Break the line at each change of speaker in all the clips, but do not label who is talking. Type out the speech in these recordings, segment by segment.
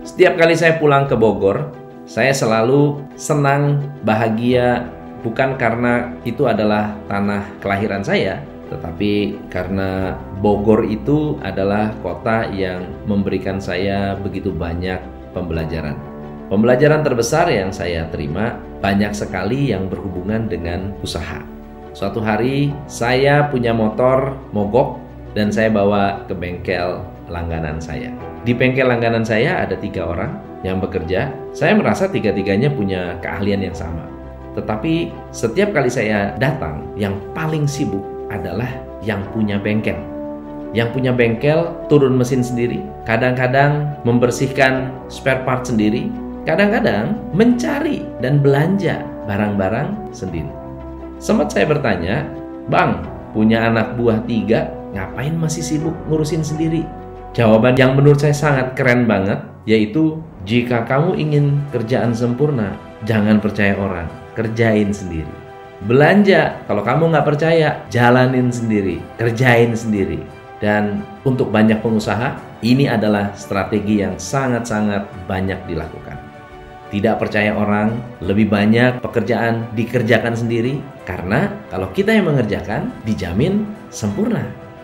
Setiap kali saya pulang ke Bogor, saya selalu senang, bahagia, bukan karena itu adalah tanah kelahiran saya, tetapi karena Bogor itu adalah kota yang memberikan saya begitu banyak pembelajaran. Pembelajaran terbesar yang saya terima banyak sekali yang berhubungan dengan usaha. Suatu hari saya punya motor mogok dan saya bawa ke bengkel langganan saya. Di bengkel langganan saya ada 3 orang yang bekerja. Saya merasa 3-tiganya punya keahlian yang sama. Tetapi setiap kali saya datang, yang paling sibuk adalah yang punya bengkel. Yang punya bengkel turun mesin sendiri, kadang-kadang membersihkan spare part sendiri, kadang-kadang mencari dan belanja barang-barang sendiri. Sempat saya bertanya, "Bang, punya anak buah 3, ngapain masih sibuk ngurusin sendiri?" Jawaban yang menurut saya sangat keren banget, yaitu jika kamu ingin kerjaan sempurna, jangan percaya orang, kerjain sendiri. Belanja, kalau kamu nggak percaya, jalanin sendiri, kerjain sendiri. Dan untuk banyak pengusaha, ini adalah strategi yang sangat-sangat banyak dilakukan. Tidak percaya orang, lebih banyak pekerjaan dikerjakan sendiri, karena kalau kita yang mengerjakan, dijamin sempurna.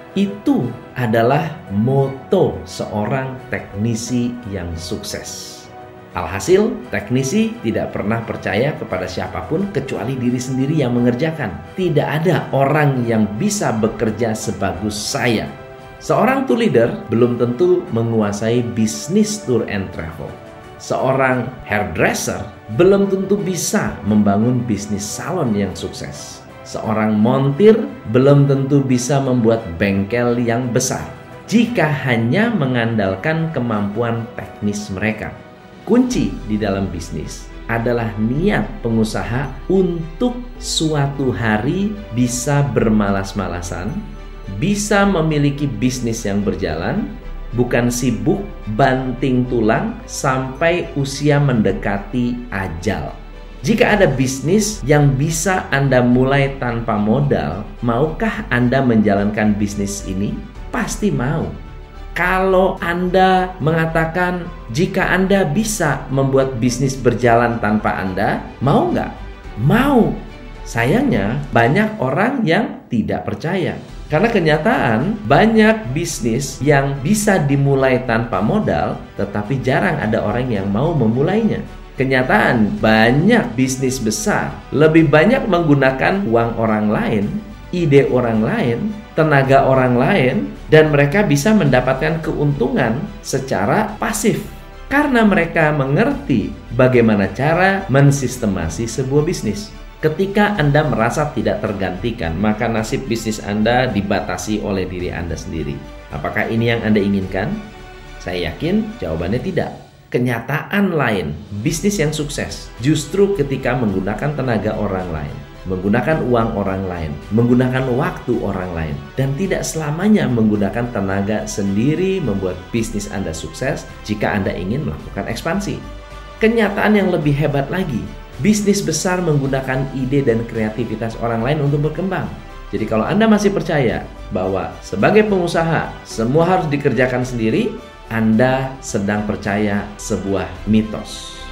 Itu adalah moto seorang teknisi yang sukses. Alhasil, teknisi tidak pernah percaya kepada siapapun kecuali diri sendiri yang mengerjakan. Tidak ada orang yang bisa bekerja sebagus saya. Seorang tour leader belum tentu menguasai bisnis tour and travel. Seorang hairdresser belum tentu bisa membangun bisnis salon yang sukses. Seorang montir belum tentu bisa membuat bengkel yang besar jika hanya mengandalkan kemampuan teknis mereka. Kunci di dalam bisnis adalah niat pengusaha untuk suatu hari bisa bermalas-malasan, bisa memiliki bisnis yang berjalan, bukan sibuk banting tulang sampai usia mendekati ajal. Jika ada bisnis yang bisa Anda mulai tanpa modal, maukah Anda menjalankan bisnis ini? Pasti mau. Kalau Anda mengatakan jika Anda bisa membuat bisnis berjalan tanpa Anda, mau nggak? Mau. Sayangnya banyak orang yang tidak percaya. Karena kenyataan banyak bisnis yang bisa dimulai tanpa modal, tetapi jarang ada orang yang mau memulainya. Kenyataan banyak bisnis besar lebih banyak menggunakan uang orang lain, ide orang lain, tenaga orang lain, dan mereka bisa mendapatkan keuntungan secara pasif karena mereka mengerti bagaimana cara mensistemasi sebuah bisnis. Ketika Anda merasa tidak tergantikan, maka nasib bisnis Anda dibatasi oleh diri Anda sendiri. Apakah ini yang Anda inginkan? Saya yakin jawabannya tidak. Kenyataan lain, bisnis yang sukses justru ketika menggunakan tenaga orang lain, menggunakan uang orang lain, menggunakan waktu orang lain, dan tidak selamanya menggunakan tenaga sendiri membuat bisnis Anda sukses jika Anda ingin melakukan ekspansi. Kenyataan yang lebih hebat lagi, bisnis besar menggunakan ide dan kreativitas orang lain untuk berkembang. Jadi kalau Anda masih percaya bahwa sebagai pengusaha semua harus dikerjakan sendiri, Anda sedang percaya sebuah mitos.